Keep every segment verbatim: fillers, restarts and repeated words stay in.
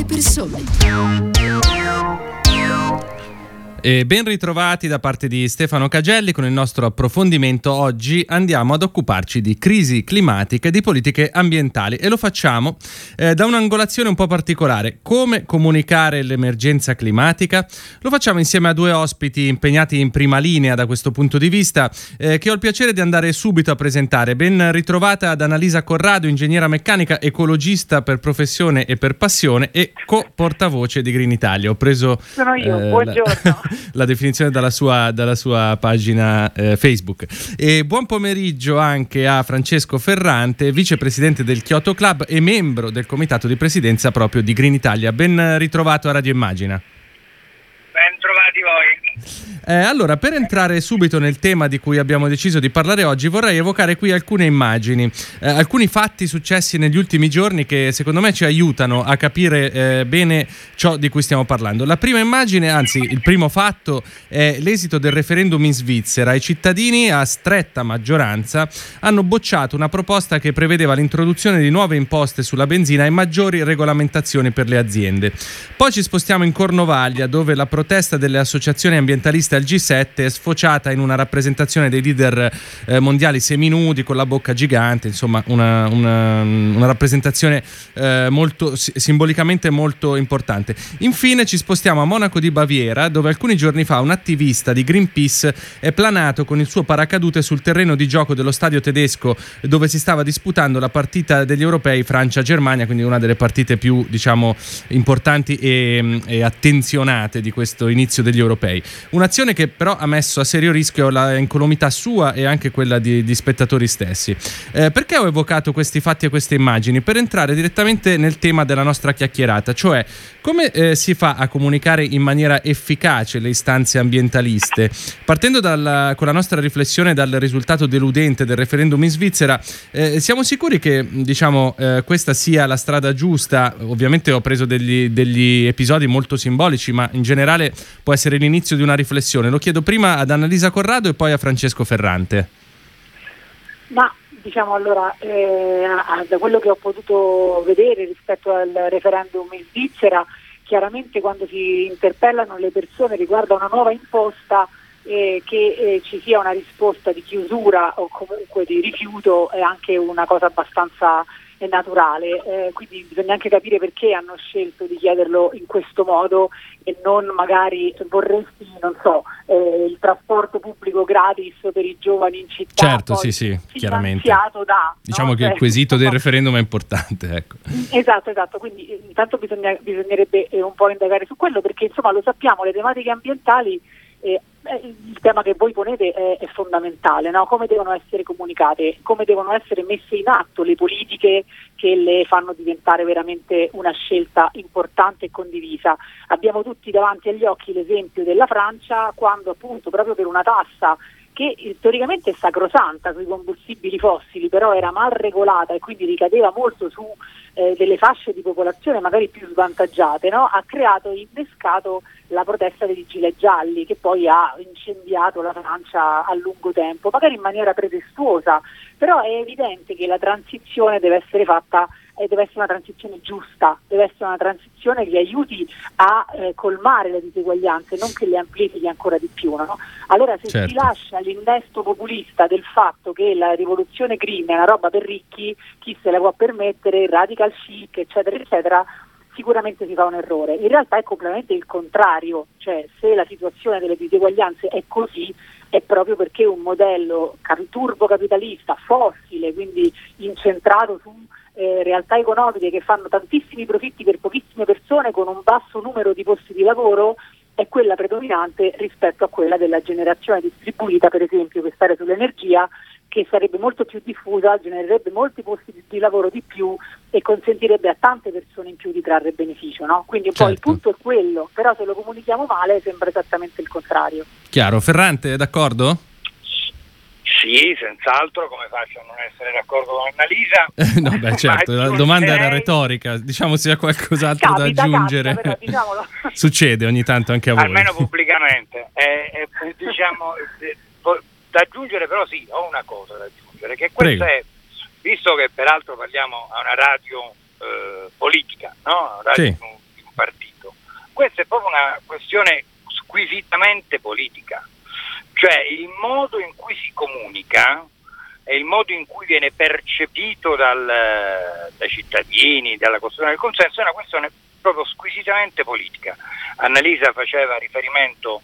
persone. E ben ritrovati da parte di Stefano Cagelli. Con il nostro approfondimento oggi andiamo ad occuparci di crisi climatica e di politiche ambientali, e lo facciamo eh, da un'angolazione un po' particolare: come comunicare l'emergenza climatica. Lo facciamo insieme a due ospiti impegnati in prima linea da questo punto di vista, eh, che ho il piacere di andare subito a presentare. Ben ritrovata ad Annalisa Corrado, ingegnera meccanica, ecologista per professione e per passione e co-portavoce di Green Italia. Ho preso Sono io, eh, buongiorno. La... la definizione dalla sua, dalla sua pagina eh, Facebook. E buon pomeriggio anche a Francesco Ferrante, vicepresidente del Kyoto Club e membro del comitato di presidenza proprio di Green Italia. Ben ritrovato a Radio Immagina. Ben trovati voi. Eh, allora, per entrare subito nel tema di cui abbiamo deciso di parlare oggi, vorrei evocare qui alcune immagini, eh, alcuni fatti successi negli ultimi giorni che secondo me ci aiutano a capire eh, bene ciò di cui stiamo parlando. La prima immagine, anzi il primo fatto, è l'esito del referendum in Svizzera. I cittadini a stretta maggioranza hanno bocciato una proposta che prevedeva l'introduzione di nuove imposte sulla benzina e maggiori regolamentazioni per le aziende. Poi ci spostiamo in Cornovaglia, dove la protesta delle associazioni ambientaliste al G sette è sfociata in una rappresentazione dei leader eh, mondiali seminudi con la bocca gigante, insomma una, una, una rappresentazione eh, molto simbolicamente molto importante. Infine ci spostiamo a Monaco di Baviera, dove alcuni giorni fa un attivista di Greenpeace è planato con il suo paracadute sul terreno di gioco dello stadio tedesco dove si stava disputando la partita degli europei Francia-Germania, quindi una delle partite più, diciamo, importanti e, e attenzionate di questo inizio degli europei. Un'azione che però ha messo a serio rischio la incolumità sua e anche quella di, di spettatori stessi. Eh, perché ho evocato questi fatti e queste immagini? Per entrare direttamente nel tema della nostra chiacchierata, cioè come eh, si fa a comunicare in maniera efficace le istanze ambientaliste? Partendo dalla, con la nostra riflessione dal risultato deludente del referendum in Svizzera, eh, siamo sicuri che, diciamo, eh, questa sia la strada giusta? Ovviamente ho preso degli, degli episodi molto simbolici, ma in generale può essere l'inizio di una riflessione. Lo chiedo prima ad Annalisa Corrado e poi a Francesco Ferrante. Ma diciamo allora, eh, da quello che ho potuto vedere rispetto al referendum in Svizzera, chiaramente quando si interpellano le persone riguardo a una nuova imposta, eh, che eh, ci sia una risposta di chiusura o comunque di rifiuto è anche una cosa abbastanza è naturale, eh, quindi bisogna anche capire perché hanno scelto di chiederlo in questo modo e non magari vorresti, non so, eh, il trasporto pubblico gratis per i giovani in città. Certo, sì, sì, chiaramente. Da, diciamo no? che cioè, il quesito insomma, del referendum è importante, ecco. Esatto, esatto, quindi intanto bisogna, bisognerebbe un po' indagare su quello, perché insomma lo sappiamo, le tematiche ambientali, eh, il tema che voi ponete è, è fondamentale, no? Come devono essere comunicate, come devono essere messe in atto le politiche che le fanno diventare veramente una scelta importante e condivisa. Abbiamo tutti davanti agli occhi l'esempio della Francia, quando appunto proprio per una tassa che teoricamente è sacrosanta sui combustibili fossili, però era mal regolata e quindi ricadeva molto su eh, delle fasce di popolazione magari più svantaggiate, no? Ha creato e innescato la protesta dei gilet gialli, che poi ha incendiato la Francia a lungo tempo, magari in maniera pretestuosa, però è evidente che la transizione deve essere fatta e deve essere una transizione giusta, deve essere una transizione che aiuti a eh, colmare le diseguaglianze, non che le amplifichi ancora di più, no? Allora se certo. si lascia l'innesto populista del fatto che la rivoluzione green è una roba per ricchi, chi se la può permettere, il radical chic, eccetera, eccetera, sicuramente si fa un errore. In realtà è completamente il contrario, cioè se la situazione delle diseguaglianze è così, è proprio perché un modello turbocapitalista, fossile, quindi incentrato su Eh, realtà economiche che fanno tantissimi profitti per pochissime persone con un basso numero di posti di lavoro è quella predominante rispetto a quella della generazione distribuita, per esempio, per stare sull'energia, che sarebbe molto più diffusa, genererebbe molti posti di, di lavoro di più e consentirebbe a tante persone in più di trarre beneficio, no? Quindi un certo. po' il punto è quello, però se lo comunichiamo male sembra esattamente il contrario. Chiaro. Ferrante, d'accordo? Sì, senz'altro, come faccio a non essere d'accordo con Annalisa? Eh, no, beh, certo, la domanda era retorica, diciamo se ha qualcos'altro capita, da aggiungere. Capita, però, diciamolo. Succede ogni tanto anche a voi. Almeno pubblicamente. Eh, eh, diciamo, eh, da aggiungere però sì, ho una cosa da aggiungere, che questo Prego. è, visto che peraltro parliamo a una radio eh, politica, no? Una radio sì. di partito. Questa è proprio una questione squisitamente politica, cioè il modo in cui si comunica e il modo in cui viene percepito dal, dai cittadini, dalla costruzione del consenso è una questione proprio squisitamente politica. Annalisa faceva riferimento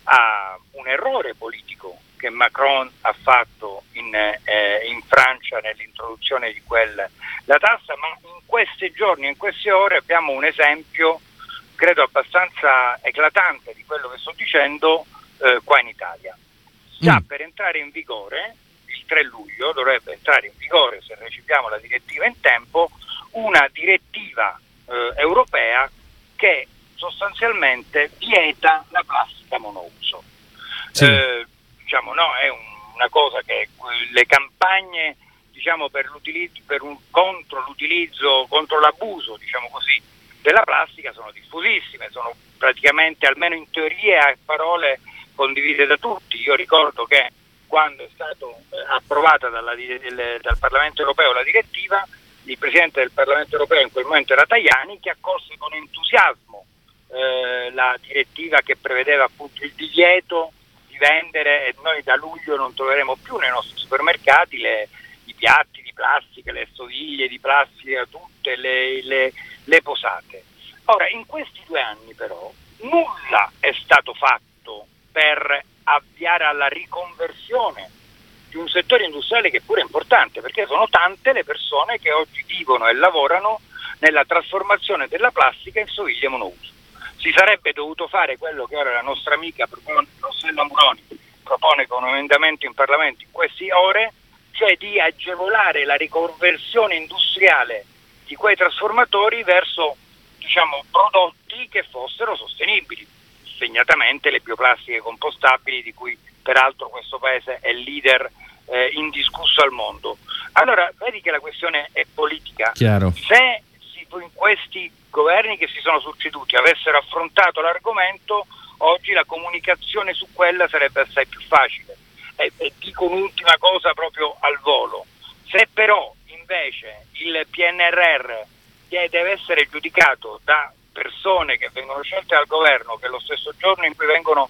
a un errore politico che Macron ha fatto in, eh, in Francia nell'introduzione di quella la tassa, ma in questi giorni, in queste ore abbiamo un esempio credo abbastanza eclatante di quello che sto dicendo eh, qua in Italia. Sta mm. per entrare in vigore il tre luglio, dovrebbe entrare in vigore, se recepiamo la direttiva in tempo, una direttiva eh, europea che sostanzialmente vieta la plastica monouso. Sì. Eh, diciamo no, è un, una cosa che le campagne diciamo per l'utilizzo, per un, contro l'utilizzo, contro l'abuso, diciamo così, della plastica sono diffusissime, sono praticamente, almeno in teoria e a parole, condivise da tutti. Io ricordo che quando è stata approvata dalla, del, dal Parlamento europeo la direttiva, il Presidente del Parlamento europeo in quel momento era Tajani, che accolse con entusiasmo eh, la direttiva che prevedeva appunto il divieto di vendere, e noi da luglio non troveremo più nei nostri supermercati le, i piatti di plastica, le stoviglie di plastica, tutte le, le, le posate. Ora, in questi due anni però nulla è stato fatto per avviare alla riconversione di un settore industriale che pure è importante, perché sono tante le persone che oggi vivono e lavorano nella trasformazione della plastica in stoviglie monouso. Si sarebbe dovuto fare quello che ora la nostra amica propone, Rossella Muroni propone con un emendamento in Parlamento in queste ore, cioè di agevolare la riconversione industriale di quei trasformatori verso, diciamo, prodotti che fossero sostenibili, segnatamente le bioplastiche compostabili, di cui peraltro questo paese è leader eh, indiscusso al mondo. Allora, vedi che la questione è politica. Chiaro. Se si, in questi governi che si sono succeduti avessero affrontato l'argomento, oggi la comunicazione su quella sarebbe assai più facile. E, e dico un'ultima cosa proprio al volo: se però invece il P N R R che deve essere giudicato da persone che vengono scelte dal governo, che lo stesso giorno in cui vengono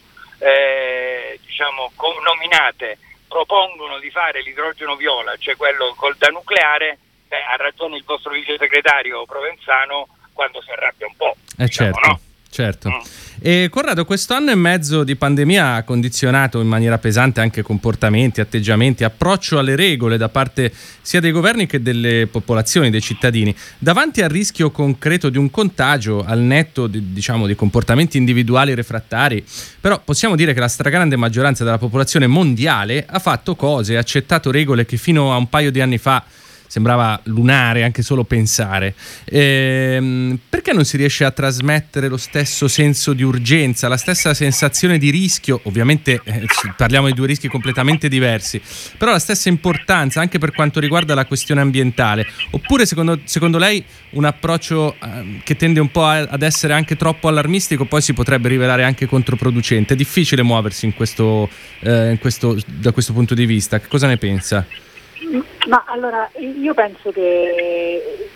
eh, diciamo nominate propongono di fare l'idrogeno viola, cioè quello col da nucleare, eh, ha ragione il vostro vice segretario Provenzano quando si arrabbia un po'. Eh diciamo, certo. no? Certo. Mm. E Corrado, questo anno e mezzo di pandemia ha condizionato in maniera pesante anche comportamenti, atteggiamenti, approccio alle regole da parte sia dei governi che delle popolazioni, dei cittadini. Davanti al rischio concreto di un contagio, al netto di, diciamo, di comportamenti individuali refrattari, però possiamo dire che la stragrande maggioranza della popolazione mondiale ha fatto cose, ha accettato regole che fino a un paio di anni fa sembrava lunare anche solo pensare. Ehm, perché non si riesce a trasmettere lo stesso senso di urgenza, la stessa sensazione di rischio? Ovviamente eh, parliamo di due rischi completamente diversi, però la stessa importanza anche per quanto riguarda la questione ambientale. Oppure secondo, secondo lei un approccio eh, che tende un po' a, ad essere anche troppo allarmistico poi si potrebbe rivelare anche controproducente? È difficile muoversi in questo, eh, in questo, da questo punto di vista. Che cosa ne pensa? Ma allora, io penso che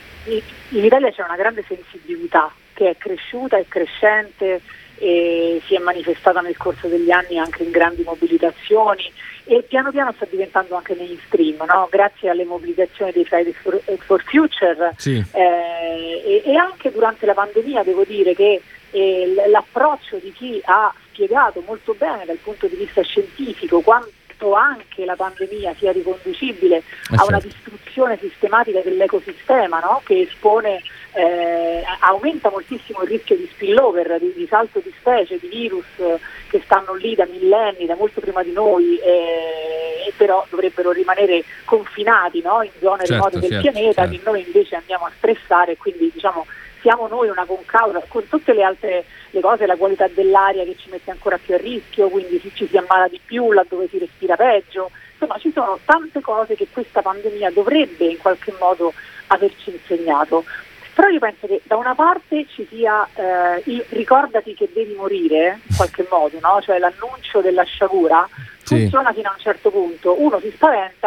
in Italia c'è una grande sensibilità che è cresciuta, è crescente e si è manifestata nel corso degli anni anche in grandi mobilitazioni e piano piano sta diventando anche mainstream, no? Grazie alle mobilitazioni dei Fridays for, for Future sì. eh, e, e anche durante la pandemia devo dire che eh, l'approccio di chi ha spiegato molto bene dal punto di vista scientifico quanto anche la pandemia sia riconducibile eh a una certo. distruzione sistematica dell'ecosistema, no? Che espone, eh, aumenta moltissimo il rischio di spillover, di, di salto di specie, di virus eh, che stanno lì da millenni, da molto prima di noi eh, e però dovrebbero rimanere confinati, no? In zone certo, remote del certo, pianeta certo. che noi invece andiamo a stressare e quindi diciamo siamo noi una concausa con tutte le altre le cose, la qualità dell'aria che ci mette ancora più a rischio, quindi ci si ammala di più laddove si respira peggio. Insomma, ci sono tante cose che questa pandemia dovrebbe in qualche modo averci insegnato. Però io penso che da una parte ci sia eh, il ricordati che devi morire, in qualche modo, no? Cioè l'annuncio della sciagura sì. funziona fino a un certo punto, uno si spaventa,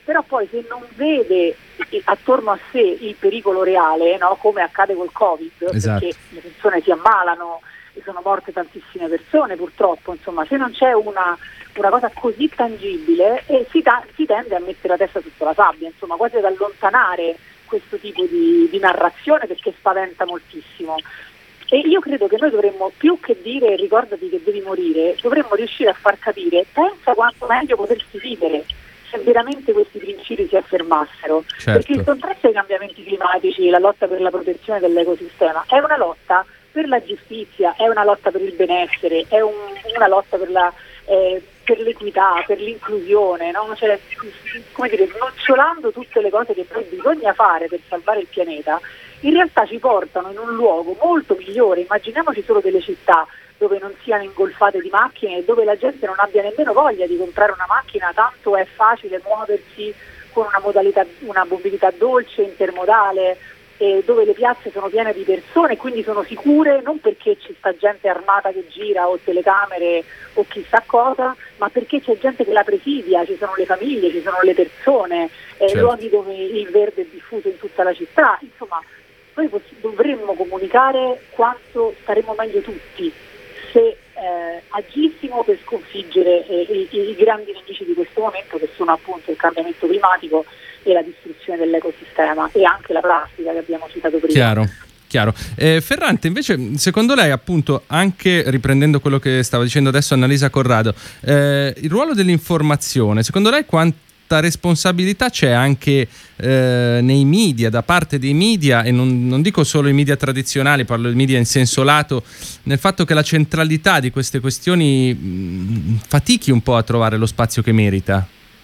però poi se non vede attorno a sé il pericolo reale, no? Come accade col Covid, esatto. perché le persone si ammalano e sono morte tantissime persone purtroppo, insomma, se non c'è una, una cosa così tangibile eh, si, ta- si tende a mettere la testa sotto la sabbia, insomma, quasi ad allontanare questo tipo di, di narrazione, perché spaventa moltissimo. E io credo che noi dovremmo, più che dire ricordati che devi morire, dovremmo riuscire a far capire, pensa quanto meglio potersi vivere se veramente questi principi si affermassero. Certo. Perché il contrasto ai cambiamenti climatici, la lotta per la protezione dell'ecosistema è una lotta per la giustizia, è una lotta per il benessere, è un, una lotta per, la, eh, per l'equità, per l'inclusione, no? Cioè, come dire, snocciolando tutte le cose che poi bisogna fare per salvare il pianeta, in realtà ci portano in un luogo molto migliore. Immaginiamoci solo delle città dove non siano ingolfate di macchine e dove la gente non abbia nemmeno voglia di comprare una macchina, tanto è facile muoversi con una modalità, una mobilità dolce, intermodale, eh, dove le piazze sono piene di persone, quindi sono sicure, non perché ci sta gente armata che gira o telecamere o chissà cosa, ma perché c'è gente che la presidia, ci sono le famiglie, ci sono le persone, eh, certo. luoghi dove il verde è diffuso in tutta la città, insomma noi poss- dovremmo comunicare quanto staremmo meglio tutti se eh, agissimo per sconfiggere eh, i, i grandi nemici di questo momento, che sono appunto il cambiamento climatico e la distruzione dell'ecosistema e anche la plastica che abbiamo citato prima. Chiaro. Chiaro. Eh, Ferrante, invece, secondo lei, appunto, anche riprendendo quello che stava dicendo adesso Annalisa Corrado, eh, il ruolo dell'informazione, secondo lei quanto responsabilità c'è anche eh, nei media, da parte dei media, e non, non dico solo i media tradizionali, parlo di media in senso lato, nel fatto che la centralità di queste questioni mh, fatichi un po' a trovare lo spazio che merita?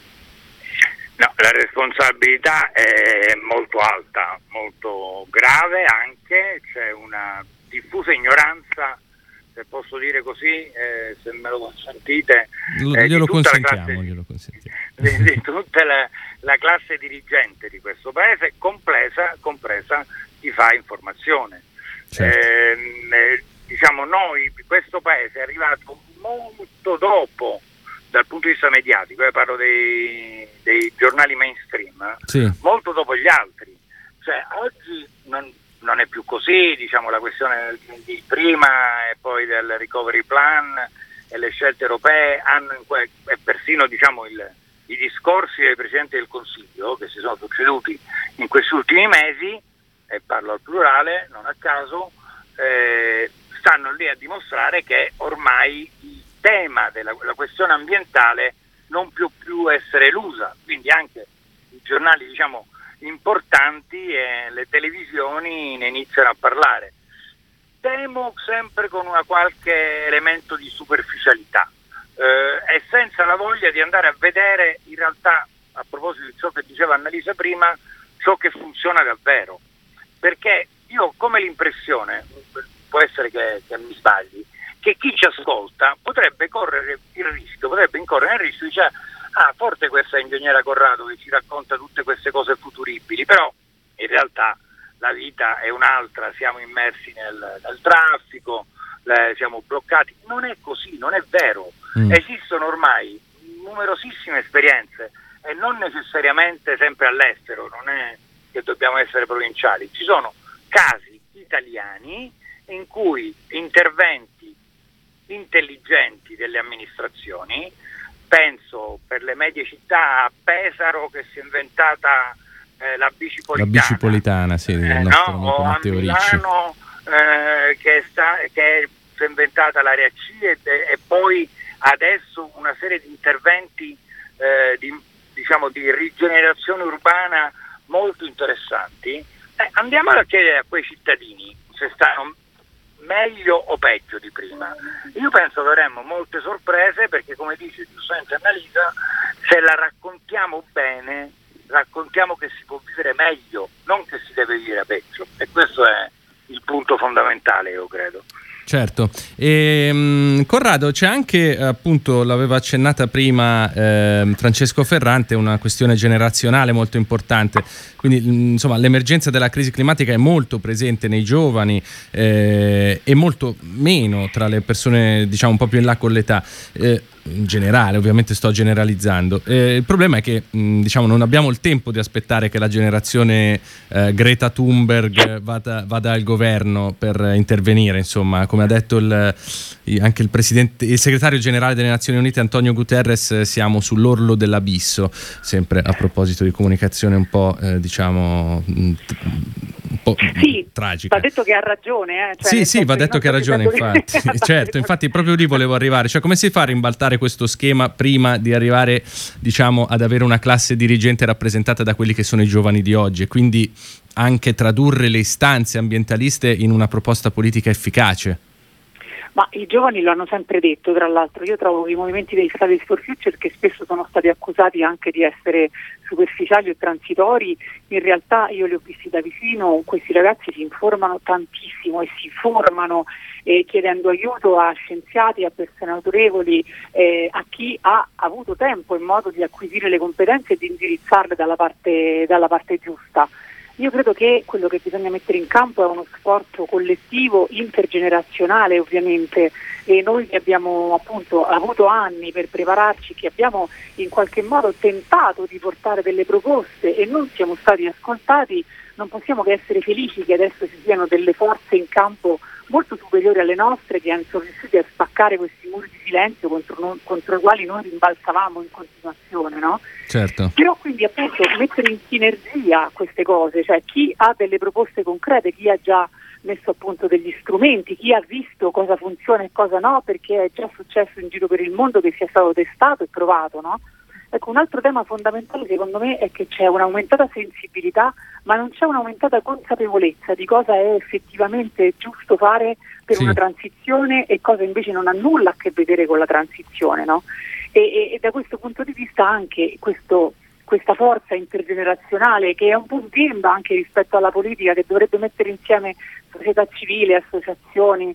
No, la responsabilità è molto alta, molto grave anche, c'è una diffusa ignoranza, se posso dire così, eh, se me lo consentite, eh, glielo, di tutta consentiamo, la classe, glielo consentiamo. Di, di tutta la, la classe dirigente di questo paese, compresa, compresa chi fa informazione. Certo. Eh, diciamo noi, questo paese è arrivato molto dopo dal punto di vista mediatico, eh, parlo dei, dei giornali mainstream, sì. molto dopo gli altri. Cioè oggi non Non è più così, diciamo, la questione di prima e poi del recovery plan e le scelte europee hanno in que- e persino, diciamo, il, i discorsi dei Presidenti del Consiglio che si sono succeduti in questi ultimi mesi, e parlo al plurale, non a caso, eh, stanno lì a dimostrare che ormai il tema della la questione ambientale non può più essere elusa, quindi anche i giornali, diciamo, importanti e le televisioni ne iniziano a parlare. Temo sempre con una qualche elemento di superficialità eh, e senza la voglia di andare a vedere in realtà, a proposito di ciò che diceva Annalisa prima, ciò che funziona davvero, perché io ho come l'impressione, può essere che, che mi sbagli, che chi ci ascolta potrebbe correre il rischio, potrebbe incorrere il rischio di dire ah, forse questa ingegnera Corrado che ci racconta tutte queste cose futuribili, però in realtà la vita è un'altra, siamo immersi nel, nel traffico, le, siamo bloccati. Non è così, non è vero. Mm. Esistono ormai numerosissime esperienze e non necessariamente sempre all'estero, non è che dobbiamo essere provinciali. Ci sono casi italiani in cui interventi intelligenti delle amministrazioni, penso per le medie città a Pesaro che si è inventata eh, la bicipolitana, la bicipolitana sì, eh, no? O a Milano eh, che, sta, che si è inventata l'area C e, e poi adesso una serie di interventi eh, di, diciamo di rigenerazione urbana molto interessanti. Eh, andiamo a chiedere a quei cittadini se stanno meglio o peggio di prima. Io penso che avremmo molte sorprese, perché come dice giustamente Annalisa, se la raccontiamo bene, raccontiamo che si può vivere meglio, non che si deve vivere peggio, e questo è il punto fondamentale, io credo. Certo. E, um, Corrado, c'è anche, appunto, l'aveva accennata prima eh, Francesco Ferrante, una questione generazionale molto importante. Quindi, insomma, l'emergenza della crisi climatica è molto presente nei giovani eh, e molto meno tra le persone, diciamo, un po' più in là con l'età. Eh, in generale, ovviamente sto generalizzando. Eh, il problema è che mh, diciamo non abbiamo il tempo di aspettare che la generazione eh, Greta Thunberg vada, vada al governo per intervenire, insomma, come ha detto il, anche il presidente, il segretario generale delle Nazioni Unite Antonio Guterres, siamo sull'orlo dell'abisso, sempre a proposito di comunicazione un po' eh, diciamo mh, un po' sì, tragica. Va detto che ha ragione, eh? Cioè, sì, sì, va detto che ha ragione, infatti. Che... certo, infatti proprio lì volevo arrivare, cioè come si fa a rimbaltare questo schema prima di arrivare, diciamo, ad avere una classe dirigente rappresentata da quelli che sono i giovani di oggi e quindi anche tradurre le istanze ambientaliste in una proposta politica efficace? Ma i giovani lo hanno sempre detto, tra l'altro. Io trovo che i movimenti dei Fridays for Future, che spesso sono stati accusati anche di essere superficiali o transitori, in realtà io li ho visti da vicino, questi ragazzi si informano tantissimo e si formano eh, chiedendo aiuto a scienziati, a persone autorevoli, eh, a chi ha avuto tempo e modo di acquisire le competenze e di indirizzarle dalla parte, dalla parte giusta. Io credo che quello che bisogna mettere in campo è uno sforzo collettivo, intergenerazionale ovviamente, e noi che abbiamo appunto avuto anni per prepararci, che abbiamo in qualche modo tentato di portare delle proposte e non siamo stati ascoltati, non possiamo che essere felici che adesso ci siano delle forze in campo molto superiori alle nostre che sono riusciti a spaccare questi muri di silenzio contro, noi, contro i quali noi rimbalzavamo in continuazione, no? Certo. Però quindi appunto mettere in sinergia queste cose, cioè chi ha delle proposte concrete, chi ha già messo a punto degli strumenti, chi ha visto cosa funziona e cosa no, perché è già successo in giro per il mondo che sia stato testato e provato, no? Ecco, un altro tema fondamentale secondo me è che c'è un'aumentata sensibilità, ma non c'è un'aumentata consapevolezza di cosa è effettivamente giusto fare per sì. una transizione e cosa invece non ha nulla a che vedere con la transizione, no? E, e, e da questo punto di vista anche questo, questa forza intergenerazionale che è un po' sghemba anche rispetto alla politica, che dovrebbe mettere insieme società civile, associazioni,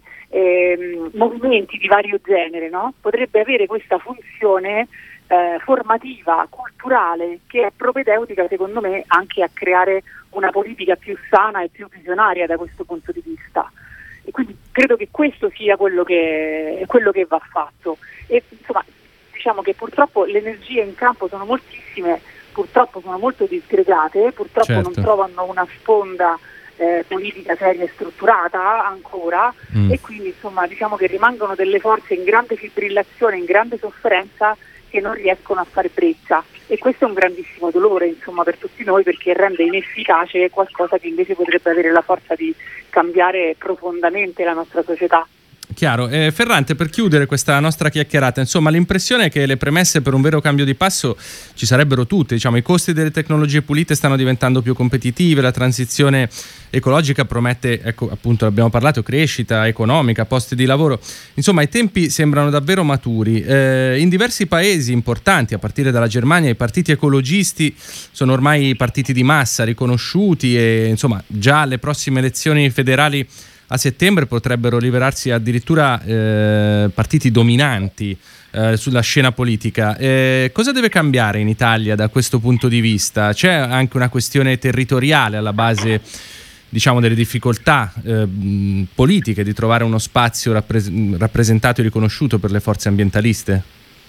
ehm, movimenti di vario genere, no? Potrebbe avere questa funzione eh, formativa, culturale, che è propedeutica secondo me anche a creare una politica più sana e più visionaria da questo punto di vista. E quindi credo che questo sia quello che, quello che va fatto. E insomma, diciamo che purtroppo le energie in campo sono moltissime, purtroppo sono molto disgregate, purtroppo certo. non trovano una sponda eh, politica seria e strutturata ancora mm. e quindi insomma diciamo che rimangono delle forze in grande fibrillazione, in grande sofferenza, che non riescono a fare breccia, e questo è un grandissimo dolore insomma per tutti noi, perché rende inefficace qualcosa che invece potrebbe avere la forza di cambiare profondamente la nostra società. Chiaro. Eh, Ferrante, per chiudere questa nostra chiacchierata, insomma l'impressione è che le premesse per un vero cambio di passo ci sarebbero tutte, diciamo i costi delle tecnologie pulite stanno diventando più competitive, la transizione ecologica promette, ecco appunto abbiamo parlato, crescita economica, posti di lavoro, insomma i tempi sembrano davvero maturi. Eh, in diversi paesi importanti, a partire dalla Germania, i partiti ecologisti sono ormai partiti di massa riconosciuti e insomma già alle prossime elezioni federali a settembre potrebbero liberarsi addirittura eh, partiti dominanti eh, sulla scena politica. Eh, cosa deve cambiare in Italia da questo punto di vista? C'è anche una questione territoriale alla base, diciamo, delle difficoltà eh, politiche di trovare uno spazio rappres- rappresentato e riconosciuto per le forze ambientaliste?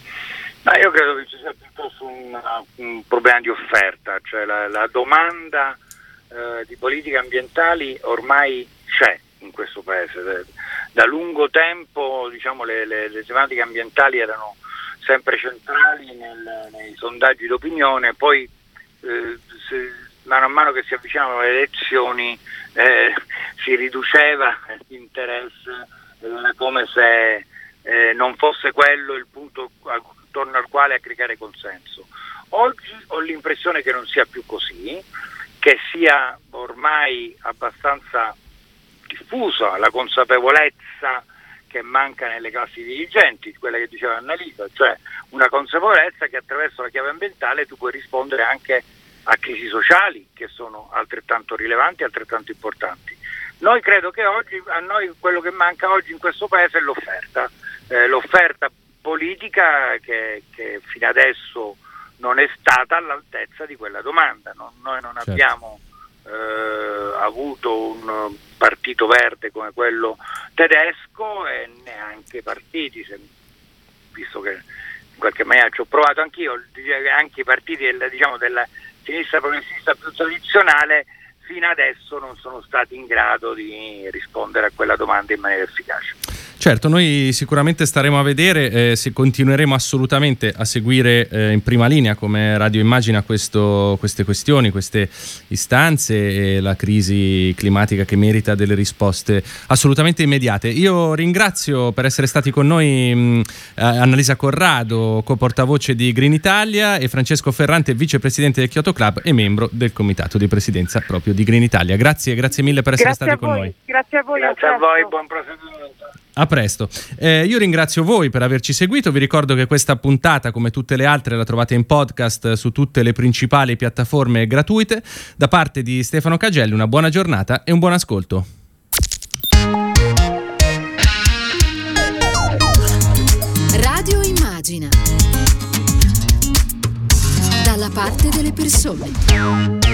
Ma io credo che ci sia piuttosto un, un problema di offerta, cioè la, la domanda eh, di politiche ambientali ormai c'è in questo paese. Da lungo tempo diciamo le, le, le tematiche ambientali erano sempre centrali nel, nei sondaggi d'opinione, poi eh, se, mano a mano che si avvicinavano le elezioni eh, si riduceva l'interesse, eh, come se eh, non fosse quello il punto attorno al quale aggregare consenso. Oggi ho l'impressione che non sia più così, che sia ormai abbastanza diffusa la consapevolezza che manca nelle classi dirigenti, quella che diceva Annalisa, cioè una consapevolezza che attraverso la chiave ambientale tu puoi rispondere anche a crisi sociali che sono altrettanto rilevanti, altrettanto importanti. Noi credo che oggi, a noi quello che manca oggi in questo paese è l'offerta, eh, l'offerta politica che, che fino adesso non è stata all'altezza di quella domanda. Non, noi non certo. abbiamo Eh, avuto un partito verde come quello tedesco e neanche partiti, se, visto che qualche maniera ci ho provato anch'io, anche i partiti del, diciamo, della sinistra progressista più tradizionale fino adesso non sono stati in grado di rispondere a quella domanda in maniera efficace. Certo, noi sicuramente staremo a vedere, eh, se continueremo assolutamente a seguire eh, in prima linea come Radio Immagina questo, queste questioni, queste istanze e la crisi climatica che merita delle risposte assolutamente immediate. Io ringrazio per essere stati con noi mh, Annalisa Corrado, co-portavoce di Green Italia, e Francesco Ferrante, vicepresidente del Kyoto Club e membro del comitato di presidenza proprio di Green Italia. Grazie, grazie mille per essere grazie stati con voi. noi. Grazie a voi. Grazie a voi, buon proseguimento. A presto. Eh, io ringrazio voi per averci seguito. Vi ricordo che questa puntata, come tutte le altre, la trovate in podcast su tutte le principali piattaforme gratuite. Da parte di Stefano Cagelli, una buona giornata e un buon ascolto. Radio Immagina. Dalla parte delle persone.